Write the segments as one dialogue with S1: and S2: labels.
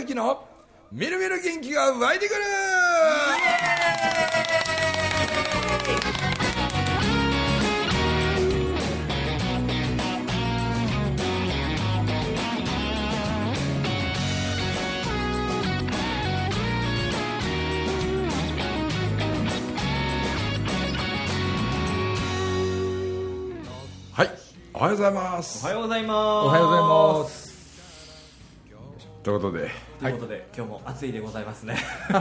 S1: 之のみるみる元気が湧いてくる。はい、おはようございます。
S2: おはようございます。
S3: おはようございます。
S1: ということで、
S2: 今日も暑いでございますね。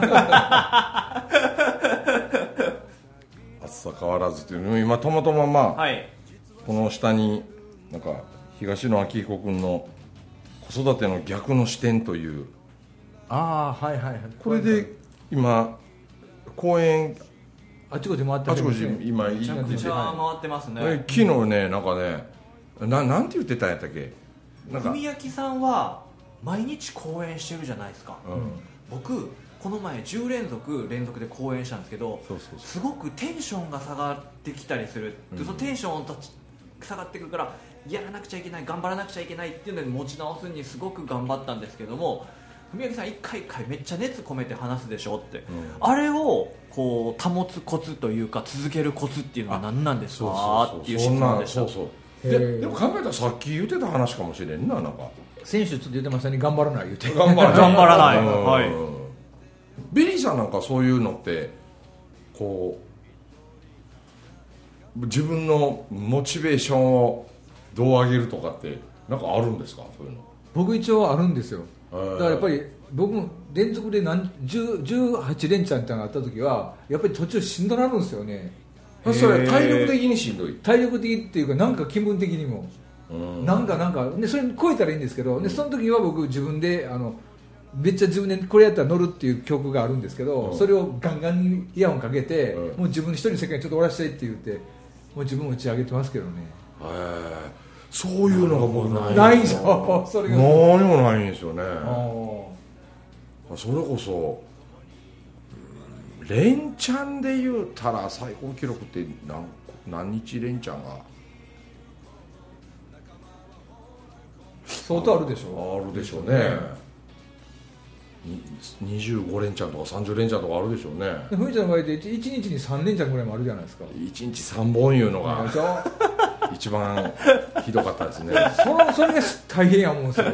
S1: 暑さ変わらずというのも今たまたま
S2: はい。
S1: この下になんか東野昭彦君の子育ての逆の視点という
S3: ああ、はいはいはい。
S1: これで今公園
S3: あちこち回って
S1: あちこち
S3: ね。
S1: 今行
S2: めちゃ
S1: ってて、
S2: くちゃ回ってますね。
S1: 昨日ねなんかねなんて言ってたんやったっけ、なんか
S2: 文明さんは毎日公演してるじゃないですか。僕この前10連続で公演したんですけど、
S1: そうそうそう
S2: すごくテンションが下がってきたりする、そのテンションと下がってくるからやらなくちゃいけない、頑張らなくちゃいけないっていうのに持ち直すにすごく頑張ったんですけども、文明さん一回一回めっちゃ熱込めて話すでしょって、あれをこう保つコツというか続けるコツっていうのは何なんですかっていう質問でした。
S1: そうそうでも考えたらさっき言ってた話かもしれんな。なんか
S3: 選手ちょっと言ってましたね、頑張らない言って
S1: 頑張らない
S2: 頑張らない、
S1: はい、
S2: はい。
S1: ビリーさんなんかそういうのってこう自分のモチベーションをどう上げるとかってなんかあるんですか、そういうの。
S3: 僕一応あるんですよ。だからやっぱり僕も連続で18連チャンってのがあった時はやっぱり途中しんどなるんですよね。
S1: それ体力的にしんどい。
S3: 体力的っていうかなんか気分的にもなんかね、それ超えたらいいんですけど、でその時は僕自分でめっちゃ自分でこれやったら乗るっていう曲があるんですけど、それをガンガンにイヤホンかけて、もう自分一人の世界にちょっと終わらせたいって言ってもう自分を打ち上げてますけどね。
S1: そういうのが僕
S3: ないんですよ。それが
S1: 何もないんですよね。それこそ連チャンで言うたら最高記録って何日連チャンが
S3: 相当あるでしょ。
S1: あるでしょうね。25連チャンとか30連チャンとかあるでしょうね。
S3: ふみちゃんの場合で1日に3連チャンぐらいもあるじゃないですか。
S1: 1日3本いうのが一番ひどかったですね。
S3: それが大変やもんですよ。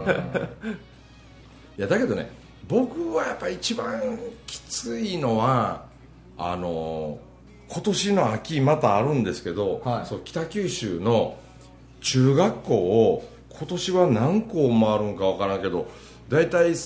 S1: いやだけどね、僕はやっぱり一番きついのは今年の秋またあるんですけど、そう北九州の中学校を今年は何校回るんか分からんけどだいたい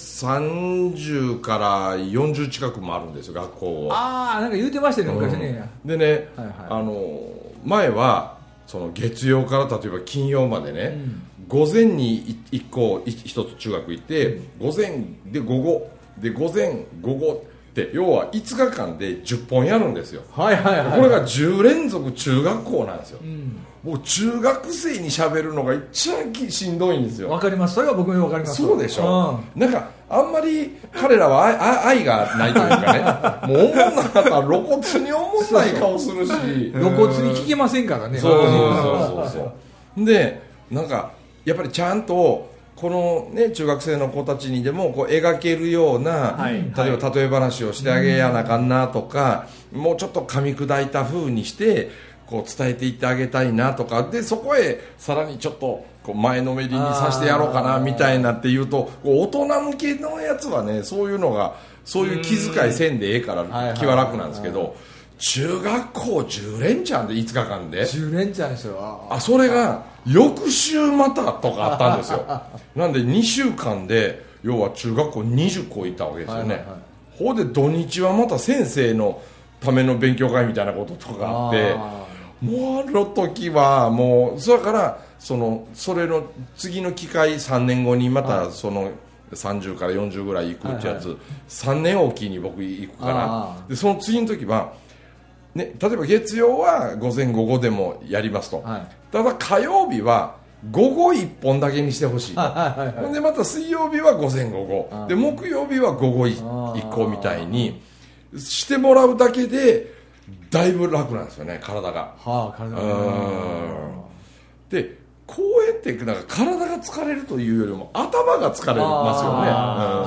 S1: 30から40近く回るんですよ、学校を。
S3: なんか言うてましたね昔ね。
S1: でね、前はその月曜から例えば金曜までね、午前に1校1つ中学行って、午前で午後で午前午後って要は5日間で10本やるんですよ。これが10連続中学校なんですよ。僕中学生に喋るのが一番しんどいんですよ。
S3: わかります。それは僕もわかります。
S1: そうでしょ。なんかあんまり彼らは愛がないというかね、もう思んなかったら露骨に思んない顔するし、
S3: 露骨に聞けませんからね。
S1: そうでなんかやっぱりちゃんとこのね中学生の子たちにでもこう描けるような、例えば例え話をしてあげやなあかんなとか、もうちょっと噛み砕いた風にしてこう伝えていってあげたいなとかで、そこへさらにちょっとこう前のめりにさせてやろうかなみたいなっていうと、大人向けのやつはねそういうのがそういう気遣いせんでええから気は楽なんですけど、中学校10連チャンで5日間で
S3: 10連チャンですよ。
S1: それが翌週またとかあったんですよ。なんで2週間で要は中学校20校行ったわけですよね。ほうで土日はまた先生のための勉強会みたいなこととかあって、もうあの時はもうそれからそれの次の機会3年後にまたその30から40ぐらい行くってやつ、3年おきに僕行くから、でその次の時はね、例えば月曜は午前午後でもやりますと、ただ火曜日は午後1本だけにしてほしいと、ほんでまた水曜日は午前午後で木曜日は午後1個みたいにしてもらうだけでだいぶ楽なんですよね、体が。で公園ってなんか体が疲れるというよりも頭が疲れますよね。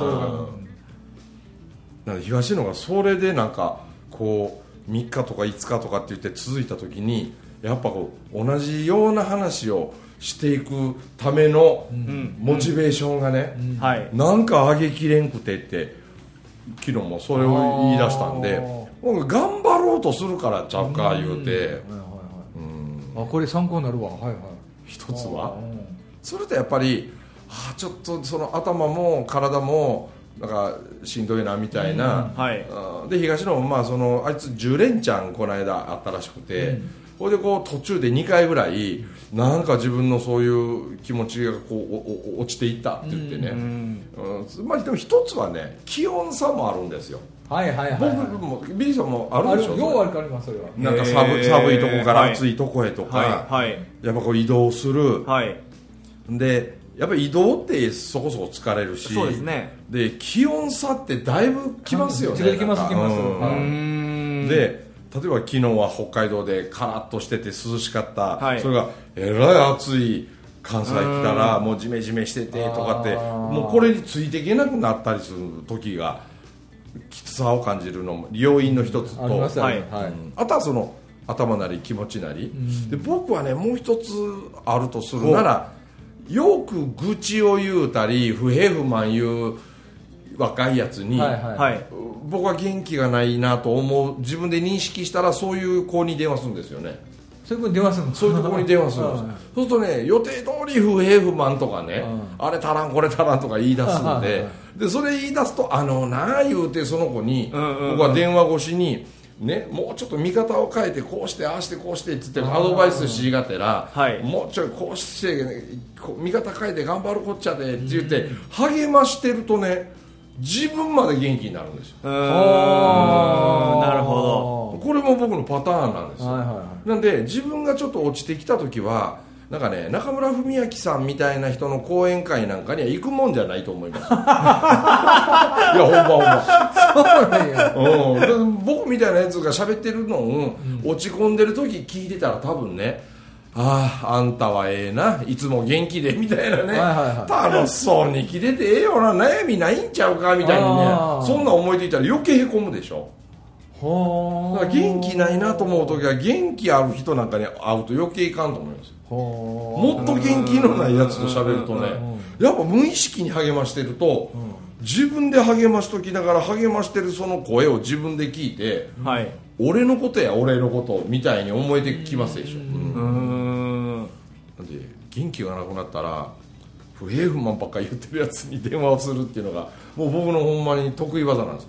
S1: なんで東野がそれでなんかこう3日とか5日とかって言って続いた時にやっぱこう同じような話をしていくためのモチベーションがね、なんか上げきれんくてって昨日もそれを言い出したんで、僕頑張ろうとするからちゃうか言うて、
S3: これ参考になるわ。
S1: 一つはそれとやっぱりちょっとその頭も体もなんかしんどいなみたいな、で東野もまあそのあいつ10連チャンこの間あったらしくて、それでこう途中で2回ぐらいなんか自分のそういう気持ちがこう落ちていったって言ってね、まあでも一つはね気温差もあるんですよ。僕もビリーさんもあるでしょ。
S3: ようありますそれは。
S1: なんか寒いとこから暑いとこへとか、やっぱこう移動する、でやっぱり移動ってそこそこ疲れるし、
S2: そうですね。
S1: で気温差ってだいぶきますよね。
S3: きます。
S1: で例えば昨日は北海道でカラッとしてて涼しかった、それがえらい暑い関西来たらもうジメジメしててとかってもうこれについていけなくなったりする時がきつさを感じるのも要因の一つと、あとはその頭なり気持ちなり、で僕はねもう一つあるとするならよく愚痴を言うたり不平不満言う若いやつに、僕は元気がないなと思う自分で認識したらそういう子に電話するんですよね。
S3: そういう子に電話するんです。
S1: そういうところに電話するんですそうするとね予定通り不平不満とかね、あれ足らんこれ足らんとか言い出すんで、それ言い出すとなあ言うてその子に、僕は電話越しにね、もうちょっと見方を変えてこうしてああしてこうしてって言ってアドバイスしがてら、もうちょいこうして、ね、見方変えて頑張るこっちゃでって言って励ましてるとね自分まで元気になるんですよ。
S2: なるほ
S1: ど。これも僕のパターンなんですよ。なんで自分がちょっと落ちてきた時はなんかね中村文明さんみたいな人の講演会なんかには行くもんじゃないと思います。いやほんまそうなんや、僕みたいなやつが喋ってるのを落ち込んでる時聞いてたら多分ねあんたはええないつも元気でみたいなね、楽しそうに生きててええよな悩みないんちゃうかみたいにねそんな思いでいたら余計へこむでしょ。だから元気ないなと思う時は元気ある人なんかに会うと余計いかんと思います。もっと元気のないやつと喋るとねやっぱ無意識に励ましてると、自分で励ましときながら励ましてるその声を自分で聞いて、俺のことや俺のことみたいに思えてきますでしょ。なんで元気がなくなったら不平不満ばっかり言ってるやつに電話をするっていうのがもう僕のほんまに得意技なんです。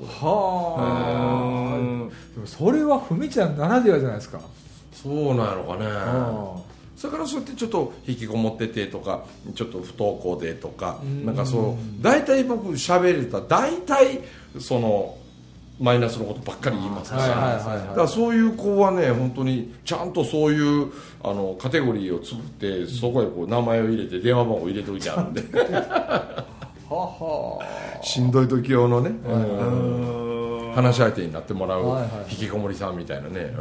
S3: それはふみちゃんならではじゃないですか。
S1: そうなんやろかね。それからそうやってちょっと引きこもっててとかちょっと不登校でとかなんかそう大体僕喋れたら大体そのマイナスのことばっかり言いますし、だからそういう子はね本当にちゃんとそういうカテゴリーを作ってそこへこう名前を入れて電話番号を入れておいてあるんでしんどい時用のね、話し相手になってもらう引きこもりさんみたいなね、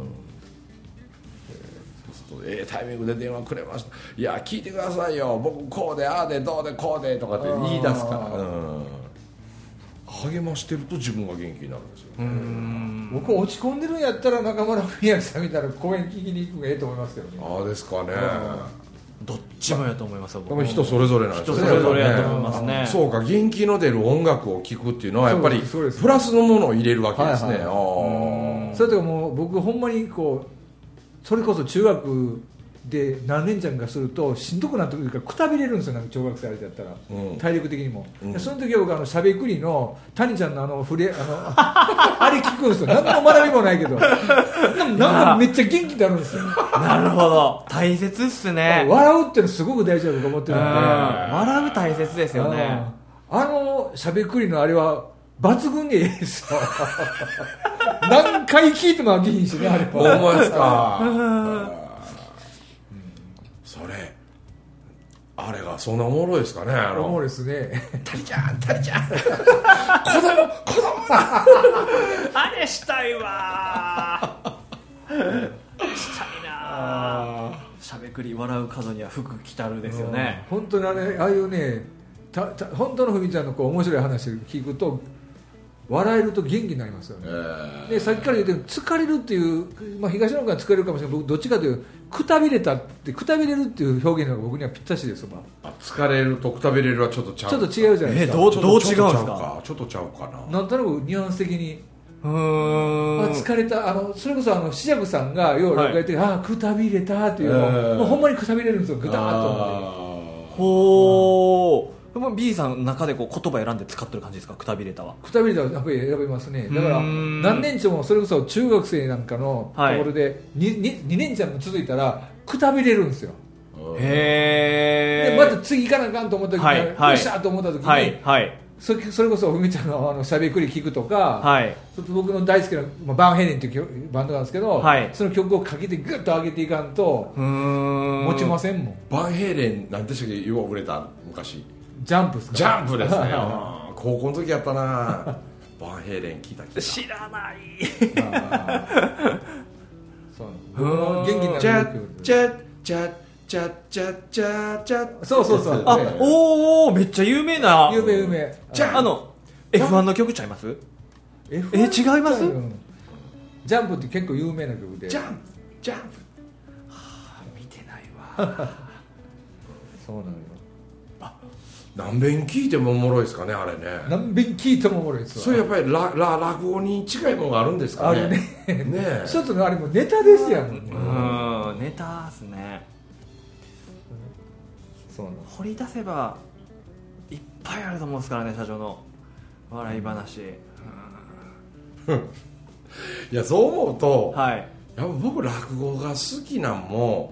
S1: タイミングで電話くれました。いや聞いてくださいよ僕こうでああでどうでこうでとかって言い出すから、励ましてると自分が元気になるんですよ。
S3: 僕落ち込んでるんやったら中村文明さんみたいな講演聞きに行くのがええと思いますけどね。
S1: ああですかね。
S2: どっちもやと思いますよ。
S1: 僕人それぞれなんですよね。
S2: 人それぞれやと思いますね。
S1: そうか元気の出る音楽を聴くっていうのはやっぱりプラスのものを入れるわけですね。
S3: それとかもう僕ほんまにこうそれこそ中学で何年ちゃんかするとしんどくなってくるからくたびれるんですよ。なんか聴覚されてやったら、体力的にも、その時は僕しゃべくりの谷ちゃんのあれ聞くんですよ。何の学びもないけどなんかめっちゃ元気になるんですよ。
S2: なるほど大切っすね。
S3: 笑うってのすごく大事だと思ってるんで、
S2: 笑う大切ですよね。
S3: しゃべくりのあれは抜群にええですよ何回聞いても飽きひんしねあれは。
S1: 思いますかそれあれがそんなおもろいですかね。
S3: おもろいですね。
S1: タリちゃん子供
S2: あれしたいわしたいなしゃべくり笑う角には福来たるですよね、
S3: 本当にああいうね本当のふみちゃんの面白い話を聞くと笑えると元気になりますよね、でさっきから言ってる疲れるっていう、東野君は疲れるかもしれない。僕どっちかというとくたびれるっていう表現の方が僕にはぴったしです。
S1: 疲れるとくたびれるはちょっと違う
S3: じゃないですか。
S2: どう違うんですか。
S1: ちょっとちゃうかな。
S3: なんとなくニュアンス的に疲れた、それこそしじゃくさんがよう言って、くたびれたっていうのもうほんまにくたびれるんですよ、ぐたーっと思って。
S2: ほー、B さんの中でこう言葉選んで使ってる感じですか。くたびれたは
S3: やっぱり選べますね。だから何年長もそれこそ中学生なんかのところで 2年間も続いたらくたびれるんですよ。でまた次行かなあかんと思った時に、よっしゃと思った時に、それこそふみちゃんのしゃべくり聞くとか、僕の大好きなバンヘイレンっていうバンドなんですけど、その曲をかけてグッと上げていかんと持ちませんもん。
S1: バンヘイレンなんでしたっけ、よう売れた昔。
S3: ジャンプですか。
S1: ジャンプですね高校の時やったなバンヘイレン聞いた
S2: 知らない。
S3: そう元気になる。
S1: チャッチャッチャッチャッチャッチャッチャッ、
S3: そう
S2: おーめっちゃ有名な。
S3: 有名
S2: F1 の曲ちゃいます。違います。
S3: ジャンプって結構有名な曲で。
S1: ジャンプ
S2: 見てないわ
S3: そうなのよ。
S1: 何遍聞いてもおもろいですかね、あれね。
S3: 何遍聞いてもおもろいですわ。
S1: それやっぱり落語に近いものがあるんですかね。
S3: あるね。
S1: ね
S3: 一つのあれもネタですやん。
S2: ネタですね。
S3: そうなの。
S2: 掘り出せばいっぱいあると思うんですからね、社長の笑い話。
S1: いやそう思うと、
S2: や
S1: っぱ僕落語が好きなんも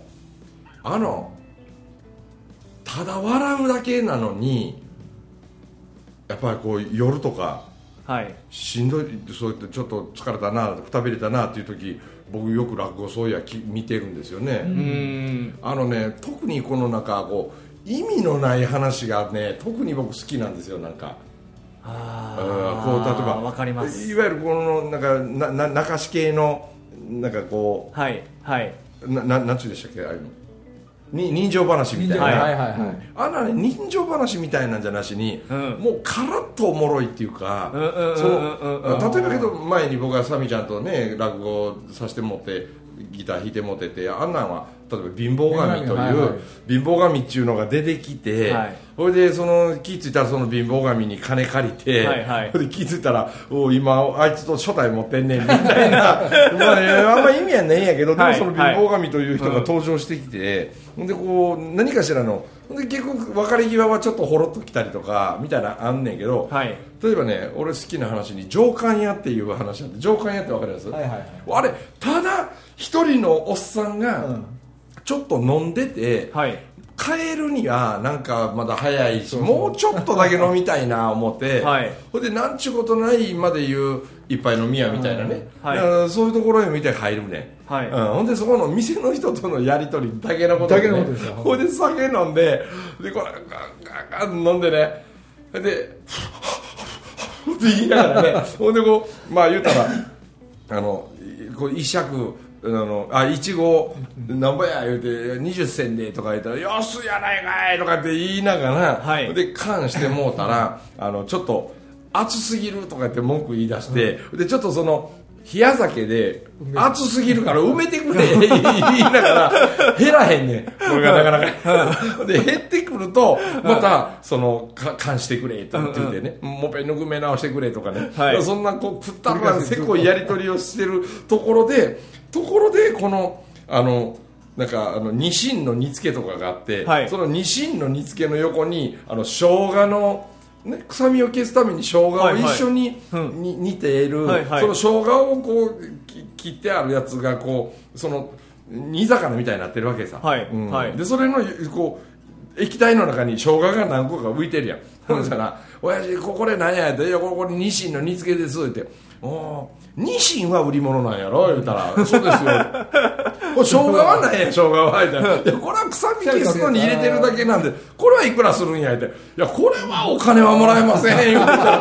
S1: ただ笑うだけなのに、やっぱりこう夜とか、しんどい、そうやってちょっと疲れたな、くたびれたなっていう時、僕よく落語そういや見てるんですよね。特にこのこう意味のない話がね、特に僕好きなんですよ。なんかこう例えば
S2: わかります。
S1: いわゆるこの中志系のこうなんちゅうでしたっけ、ああいうの人情話みたいな、人情話みたいなんじゃなしに、もうカラッとおもろいっていうか、例えばけど前に僕がサミちゃんとね落語させてもってギター弾いてもってて、あんなんは例えば貧乏神という貧乏神っていうのが出てきて、それで気付いたらその貧乏神に金借りて、それで気付いたら今あいつと初対持ってんねんみたいなあんま意味はねえんやけど、でもその貧乏神という人が登場してきて、でこう何かしらので結局別れ際はちょっとほろっときたりとかみたいなあんねんけど、例えばね、俺好きな話に上官屋っていう話なんで、上官屋って分かります？あれただ一人のおっさんがちょっと飲んでて、帰るにはなんかまだ早いし、もうちょっとだけ飲みたいな思って、ほんでなんちゅうことないまで言う一杯飲み屋みたいなね、そういうところへ見て入るね、ほんでそこの店の人とのやり取りだけのことで、ね、ほんで酒飲んで、これガンガン飲んでね、でって言いながらねほんでこう言うたらこう一尺いちごなんぼや言うて20銭でとか言ったら安やないかいとかって言いながら、で缶してもうたらちょっと熱すぎるとか言って文句言い出して、でちょっと冷や酒で熱すぎるから埋めてくれ言いながら減らへんねん、これがなかなかで減ってくるとまた缶してくれと言ってね、もっぺんぬくめ直してくれとかね、そんなくったらせこいやり取りをしてるところでこのニシンの煮付けとかがあって、そのニシンの煮付けの横に生姜の臭みを消すために生姜を一緒に煮ている、その生姜をこう切ってあるやつがこう煮魚みたいになってるわけさ、でそれのこう液体の中に生姜が何個か浮いてるやん、ほんだら親父これ何やって、いやこれニシンの煮付けですって、ニシンは売り物なんやろ言うたら、そうですよ生姜はないやん、生姜は言うたら、いやこれは臭み消すのに入れてるだけなんでこれはいくらするんや言うて、いやこれはお金はもらえません言うてたら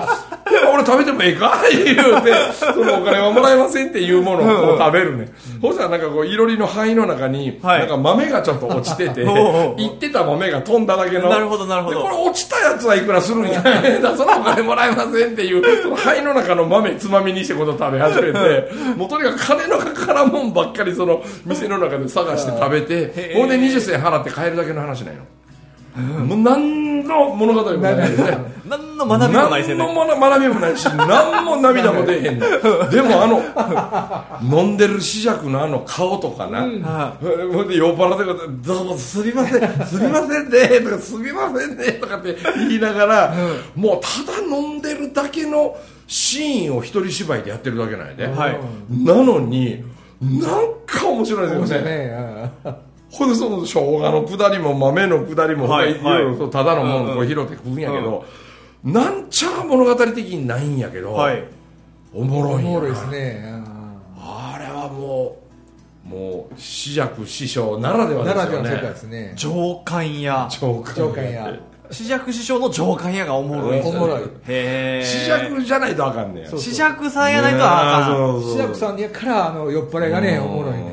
S1: 俺食べてもええか言うて、そのお金はもらえませんっていうものをこう食べるね。そしたらなんかこう、いろりの灰の中に、なんか豆がちょっと落ちてて、いってた豆が飛んだだけの。
S2: なるほど、なるほど。
S1: これ落ちたやつはいくらするんや。そのお金もらえませんっていう、その灰の中の豆つまみにしてことを食べ始めて、もうとにかく金のかからんもんばっかりその店の中で探して食べて、ほんで20銭払って帰るだけの話なんよ。もう何の物語もないですね。
S2: 何の学びもないですよね。
S1: 何の学びもないし、何も涙も出えへんの。でも飲んでる紫尺の顔とかな。ほんで酔っ払ってから、どうもすみません、すみませんね、とかすみませんね、とかって言いながら、もうただ飲んでるだけのシーンを一人芝居でやってるだけなんやで。なのに、なんか面白いですよね。ほんでその生姜のくだりも豆のくだりもいろいろただのものを拾ってくるんやけど、なんちゃ物語的にないんやけど、おもろいんや。
S3: おもろいですね。
S1: あれはもう紫尺師匠ならではですよね。
S3: ならではの世界ですね。
S2: 上官屋。
S3: 上官屋。
S2: 紫尺師匠の上官屋がおもろい。
S3: おもろい。
S1: 紫尺じゃないとあかんねん。
S2: 紫尺さんやないとあかん。
S3: 紫尺さんやから酔っ払いがねおもろいね。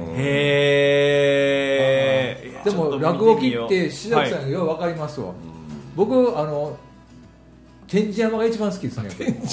S3: でも落語切って紫尺さんがよう分かりますわ。僕天神山が一番好きですね。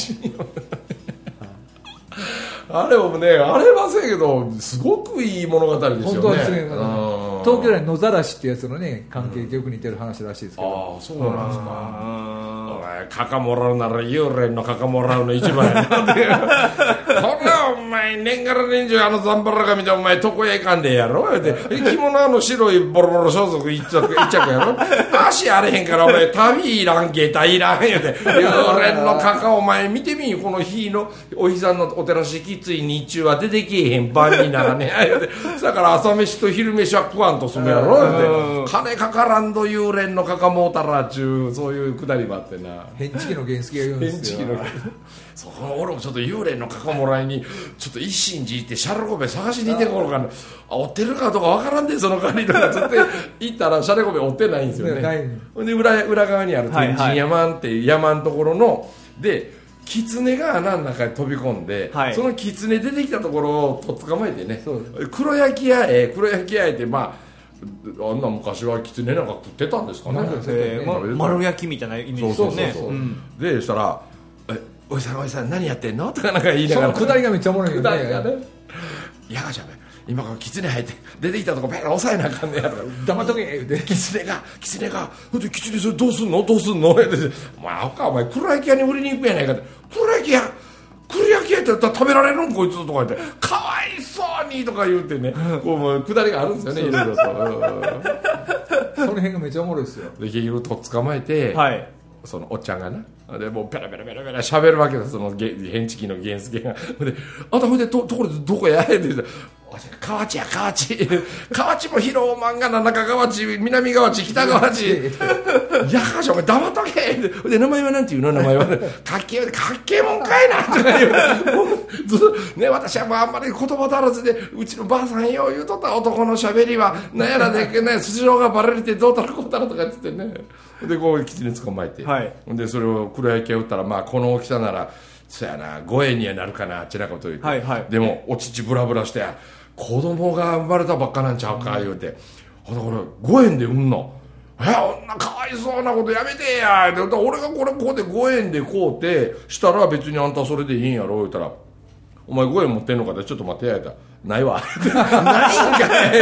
S3: あ
S1: れもね、あれはせやけどすごくいい物語ですよね。
S3: 本当ですね。東京で野ざらしっていうやつのね関係とよく似てる話らしいですけど。
S1: ああ、そうなんですか。お前カカもらうなら幽霊のカカもらうの一番やなっていう。これはお前年がら年中ザンバラ髪でお前床屋行かんでやろって着物白いボロボロ装束一着やろ。足あれへんからお前旅いらん下駄いらん言うて、幽霊のカカお前見てみこの日のお日さんのお照らしきつい日中は出てけえへん晩にならねえ。だから朝飯と昼飯は食わんとするやろって、金かからんと幽霊のかかもうたらちゅう、そういうくだりもあってな。
S3: 変地記の原助が言うんですよ。
S1: そう、俺もちょっと幽霊のかかもらいにちょっと一心寺行ってシャレコベ探しに行ってころかな。追ってるかどうかわからんでその代わりとかつって行ったらシャレコベ追ってないんですよね。で裏側にある天神山っていう山のところので狐が穴の中に飛び込んで、その狐出てきたところをとっ捕まえてね、黒焼き屋へってあんな昔は狐なんか食ってたんですかね。
S2: 丸焼きみたいなイメージですよね。
S1: でしたらおじさん何やってんのとかなんか言いながら、
S3: その下りがめっちゃおもろいよね。
S1: やがしゃべ今から狐入って出てきたとこペラ押さえなあかんねやとか
S3: 黙っとけ言うて
S1: 狐が狐それどうすんのってお前アホかお前黒焼き屋に売りに行くやないかって。黒焼き屋って言ったら食べられるんこいつとか言ってかわいそうにとか言うてね、こうもう下りがあるんですよねいろいろと。
S3: その辺がめっちゃおもろいですよ。
S1: で結局とっ捕まえて、そのおっちゃんがなでもうペラペラ喋るわけだ。その変地記の原助がであんたほんでところでどこやって言って河内も広尾漫画の中河内南河内北河内やかしお前黙っとけで名前はなんていうの名前はかっけえもんかいなとか言うね。私はもうあんまり言葉足らずでうちのばあさんよう言うとった男のしゃべりはなんやらでね筋状がバレるってどうたらこうたらとか言ってね。でこう狐捕まえて、でそれを黒焼き屋打ったらまあこの大きさならそやな5円にはなるかなってなこと言って、でもお乳ブラブラして子供が生まれたばっかなんちゃうか言うて、これ5円で売んの女かわいそうなことやめてやで俺がここで5円で買うてしたら別にあんたそれでいいんやろ言うたらお前5円持ってんのかってちょっと待ってやったらないわないんかい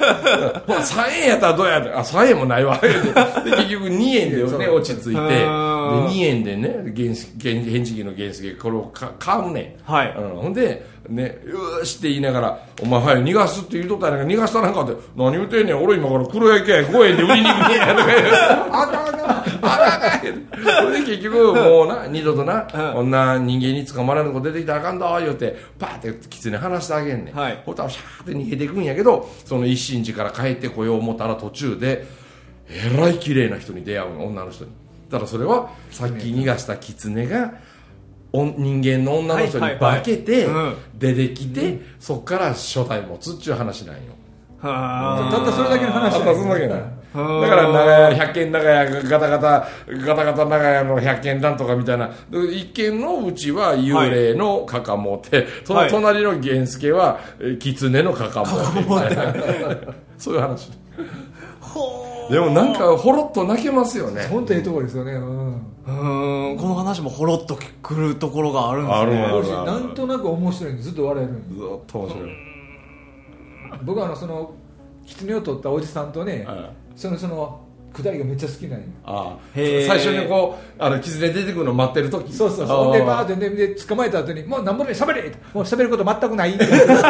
S1: 3円やったらどうやって3円もないわで結局2円でね落ち着いてで2円でね変地記の原付これを買うねん、ほんでねよしって言いながらお前早い逃がすって言うとったやんか逃がしたなんかって何言うてんねん俺今から黒焼きや5円で売りに行くねんとか言うあかんそれで結局もうな二度となこんな人間に捕まらぬ子出てきたらあかんだ言うてパーって狐離してあげんねん、ほったらシャーって逃げていくんやけどその一心寺から帰ってこよう思ったら途中でえらい綺麗な人に出会うの女の人に。だからそれはさっき逃がした狐が人間の女の人に化けて出てきてそっから初代持つっちゅう話なんよ。
S3: たったそれだけの話
S1: たったそれだけなだから長屋百軒長屋ガタガタ長屋の百軒なんとかみたいな、一軒のうちは幽霊のかかもて、その隣の源助は狐のかかもてみたいなそういう話でもなんかほろっと泣けますよね。
S3: 本当にいいところですよね。
S2: この話もほろっとくるところがあるんですね。
S1: ある
S3: なんとなく面白いんでずっと笑えるんです。
S1: ずっと面白い。
S3: 僕はその狐を取ったおじさんとね、その下りがめっちゃ好きなんよ。
S1: 最初にこう狐出てくるの待ってる時、
S3: そうでバーってで捕まえた後にもう何もない喋れ、もう喋ること全くないって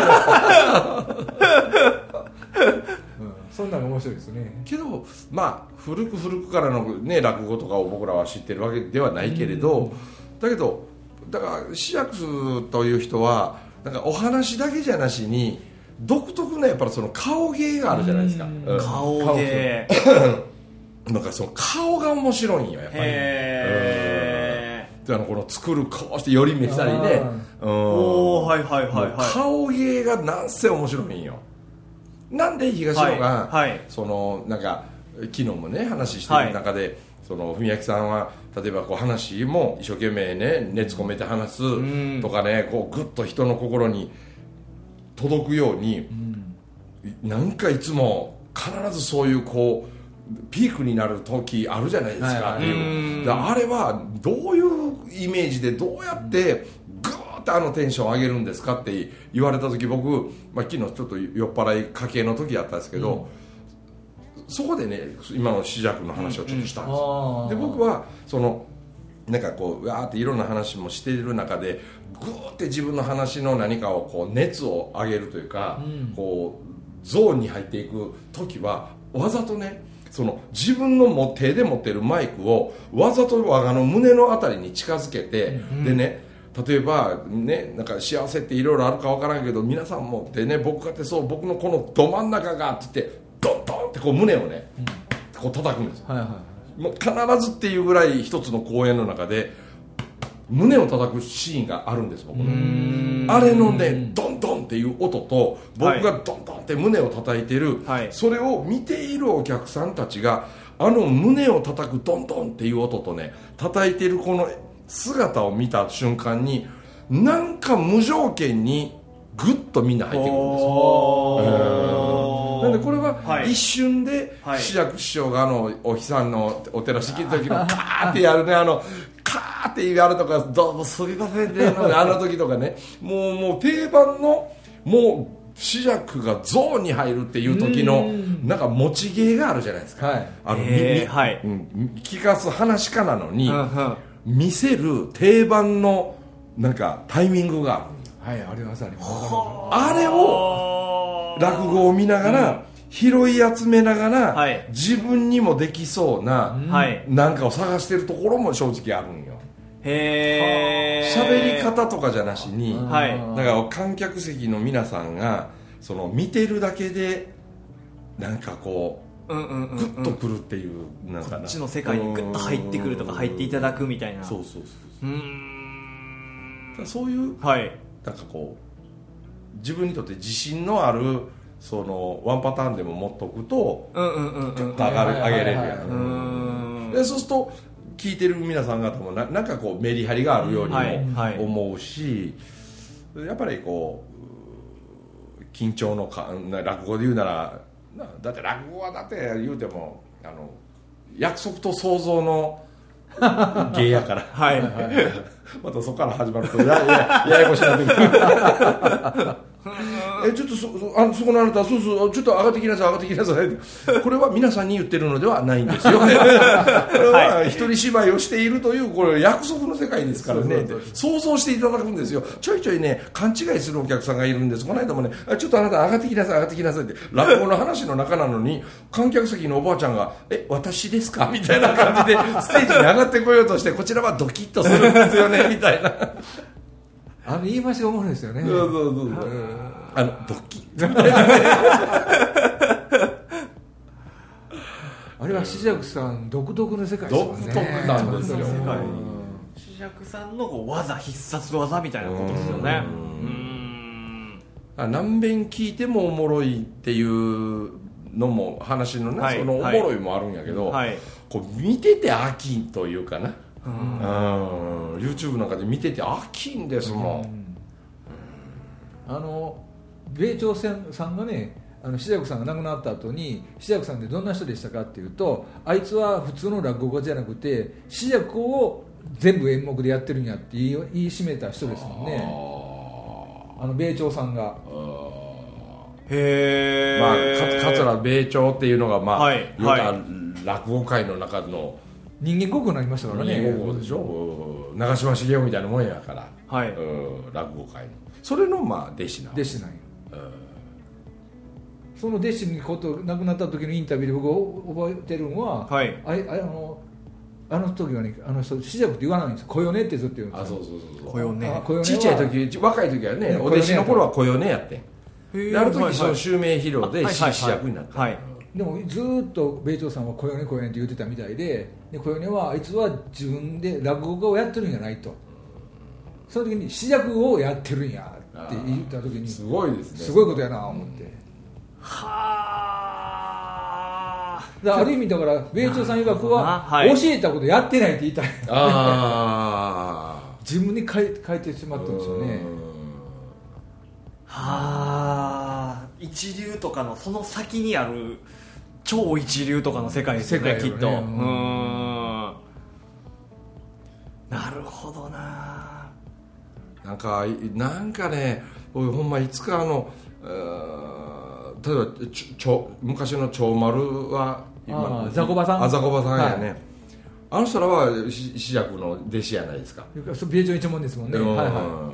S3: そんなの面白いですね。
S1: けどまあ古くからのね落語とかを僕らは知ってるわけではないけれど、だからシジャクスという人はなんかお話だけじゃなしに独特なやっぱりその顔芸があるじゃないですか。
S2: 顔芸
S1: なんかその顔が面白いんよやっぱり。この作るこうして寄り目したりね。顔芸がなんせ面白いんよ。なんで東野が、そのなんか昨日もね話してる中で、その文明さんは例えばこう話も一生懸命ね熱込めて話すとかね、こうグッと人の心に届くように、なんかいつも必ずそういうこうピークになる時あるじゃないですか。あれはどういうイメージでどうやってグーッとテンション上げるんですかって言われた時、僕、昨日ちょっと酔っ払い家系の時やったんですけど、そこでね今の紫尺の話をちょっとしたんですよ。で僕はそのなんかこうわーっていろんな話もしている中でグーって自分の話の何かをこう熱を上げるというか、こうゾーンに入っていく時はわざとねその自分の手で持ってるマイクをわざと我がの胸のあたりに近づけて、でね例えばねなんか幸せっていろいろあるかわからんけど皆さんもってね僕かってそう僕のこのど真ん中がって言ってドンドンってこう胸をねこう叩くんですよ。もう必ずっていうぐらい一つの公演の中で胸を叩くシーンがあるんです僕の。あれのねドンドンっていう音と僕がドンドンって胸を叩いてる、それを見ているお客さんたちが胸を叩くドンドンっていう音とね叩いているこの姿を見た瞬間になんか無条件にグッとみんな入ってくるんですよ。なんでこれは一瞬で紫尺師匠がお日さんのお寺敷の時のカーってやるねカーってやるとかどうもすみませんね時とかねもう定番のもう紫尺がゾーンに入るっていう時のなんか持ち芸があるじゃないですか。聞かす話家なのに見せる定番のなんかタイミングがある。
S3: あります。
S1: あれを落語を見ながら拾い集めながら、自分にもできそうな、なんかを探してるところも正直あるんよ。喋り方とかじゃなしに、だから観客席の皆さんがその見てるだけでなんかこうグッとくるっていうなんか
S2: こっちの世界にグッと入ってくるとか入っていただくみたいな。そう
S1: いうなんかこう自分にとって自信のあるそのワンパターンでも持っとくとグッと上げれるやん。でそうすると聞いてる皆さん方もなんかこうメリハリがあるようにも思うし、やっぱりこう緊張の落語で言うならだって落語はだって言うても約束と想像の芸やからまたそこから始まるとややこしくなってくるちょっとそこのあなたそうちょっと上がってきなさいこれは皆さんに言ってるのではないんですよこれは一人芝居をしているというこれ約束の世界ですからね想像していただくんですよ。ちょいちょいね勘違いするお客さんがいるんです。この間もねちょっとあなた上がってきなさいって落語の話の中なのに観客席のおばあちゃんが私ですかみたいな感じでステージに上がってこようとしてこちらはドキッとするんですよねみたいな
S3: 言い回しが面白いですよね。
S1: そうドキッ
S3: あれは紫尺さん独特の世界ですよね。
S1: 独特なんですよ。
S2: 紫尺さんの技必殺技みたいなことですよね。
S1: 何遍聞いてもおもろいっていうのも話のね、
S2: はい
S1: そのおもろいもあるんやけど、
S2: はい
S1: こう見てて飽きんというかな、YouTube なんかで見てて飽きんですもん、
S3: 米朝さんがね紫尺さんが亡くなった後に紫尺さんってどんな人でしたかっていうと、あいつは普通の落語家じゃなくて紫尺を全部演目でやってるんやって言い締めた人ですもんね、米朝さんが。
S2: へ
S1: まあ、
S2: え、
S1: 桂米朝っていうのが、まあ
S2: はい
S1: 言うたら落語界の中の
S3: 人間国宝になりましたからね。
S1: 人間国宝でしょ、長嶋茂雄みたいなもんやから、
S2: はい
S1: 落語界のそれのまあ弟子な
S3: 弟子なんや、その弟子にこと亡くなった時のインタビューで僕覚えてるのは、
S2: はい、
S3: あの時はね、あの人紫尺って言わないんですよ、小米ってずっと言うんですよ。
S1: そうそう
S2: 小米
S1: ちっちゃい時、若い時はね、お弟子の頃は小米やってん。である時その襲名披露で紫尺になった、
S3: はい、でもずっと米朝さんは小米小米って言ってたみたいで、小米はあいつは自分で落語家をやってるんじゃないと、その時に紫尺をやってるんやって言った時に
S1: すごいですね、
S3: すごいことやなと思って、
S2: はあ、
S3: だからある意味だから米朝さん曰くは、
S2: はい、
S3: 教えたことやってないって言いたい
S1: あ
S3: 自分に書いてしまったんですよね。
S2: はあ、一流とかのその先にある超一流とかの世界ですよね、きっと。なるほどな。
S1: なんかね、ほんまいつか例えば昔の長丸は今
S3: ザコバさん、
S1: ザコバさんやね、はい、あの人らは紫尺の弟子やないですか。
S3: 米朝一門ですもんね、はいはい、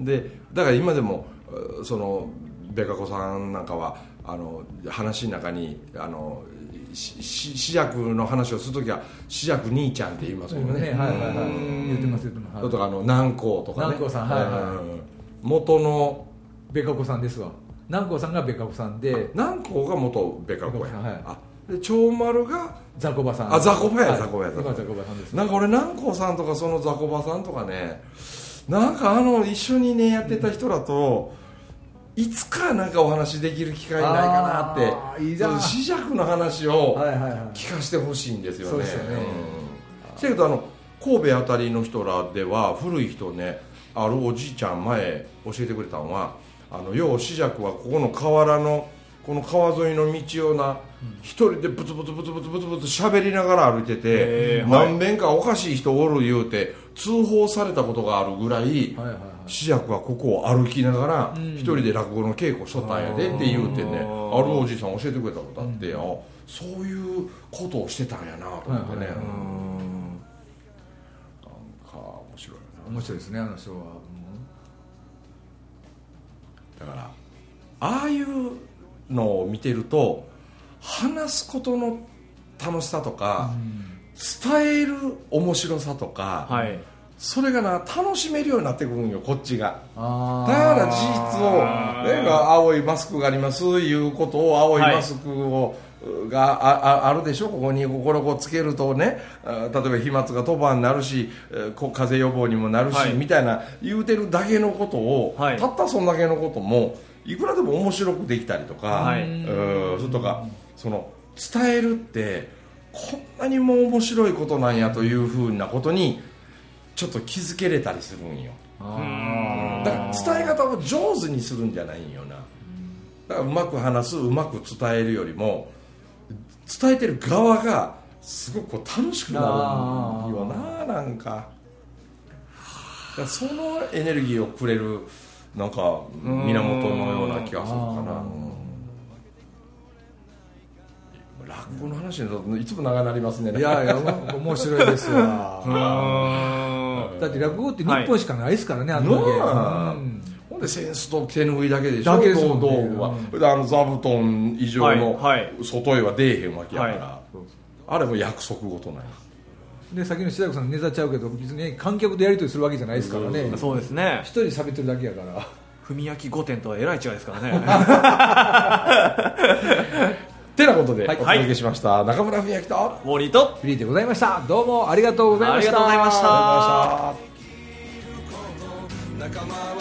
S1: でだから今でもそのベカ子さんなんかは話の中に紫尺の話をするときは紫尺兄ちゃんって言いますもんね。
S3: 言ってます言ってます。
S1: とか南光とかね。
S3: 南光さん、はいはい。
S1: 元の
S3: ベカ子さんですわ。南光さんがベカ子さんで、
S1: 南光が元ベカ子や。
S3: はい、
S1: で長丸が
S3: ザコバさん。
S1: ザコバや、ザコバや。
S3: 今ザコバさんです。
S1: なんか俺南光さんとかそのザコバさんとかね、なんか一緒にねやってた人らと。いつかなんかお話できる機会ないかなって、紫尺の話を聞かせてほしいんですよね。そうですよね。だけど神戸あたりの人らでは古い人ね、あるおじいちゃん前教えてくれたのは、要紫尺はここの河原のこの川沿いの道をな、一人でブツブツブツブツブツブツ喋りながら歩いてて、何遍かおかしい人おる言うて通報されたことがあるぐらい、紫尺はここを歩きながら一人で落語の稽古しとったんやでって言うてね、あるおじいさん教えてくれたことあって、そういうことをしてたんやなと思ってね、なんか面白いな。
S3: 面白いですね、あの人は。
S1: だからああいうのを見てると話すことの楽しさとか、伝える面白さとか、それがな楽しめるようになってくるんよ、こっちが。だから事実を青いマスクがありますいうことを、青いマスクを、があるでしょ、ここにこれをつけるとね、例えば飛沫が飛ばんになるし、風邪予防にもなるし、みたいな言うてるだけのことを、たったそんだけのこともいくらでも面白くできたりとか、それとかその伝えるってこんなにも面白いことなんやというふうなことにちょっと気づけれたりするんよ。だから伝え方を上手にするんじゃないんよな。だからうまく話す、うまく伝えるよりも伝えてる側がすごくこう楽しくなるよな。なんかそのエネルギーをくれるなんか源のような気がするかな。落語の話にいつも長なりますね。
S3: いやいや面白いですわ。だって落語って日本しかないですからね、あの時。
S1: ほんでセンスと手拭いだけでしょ、道具は。座布団以上の外へは出えへんわけやから、あれも約束事なんや。
S3: でさっきの志らくさんネタちゃうけど、別に観客でやり取りするわけじゃないですからね。
S2: そうですね、
S3: 一人喋ってるだけやから。
S2: 文焼き5点とはえらい違いですからね。
S1: てなことでお届けしました、中村文明と
S2: ウォーリーと
S3: フリーでございました。どうもありがとうございました。
S2: ありがとうございました。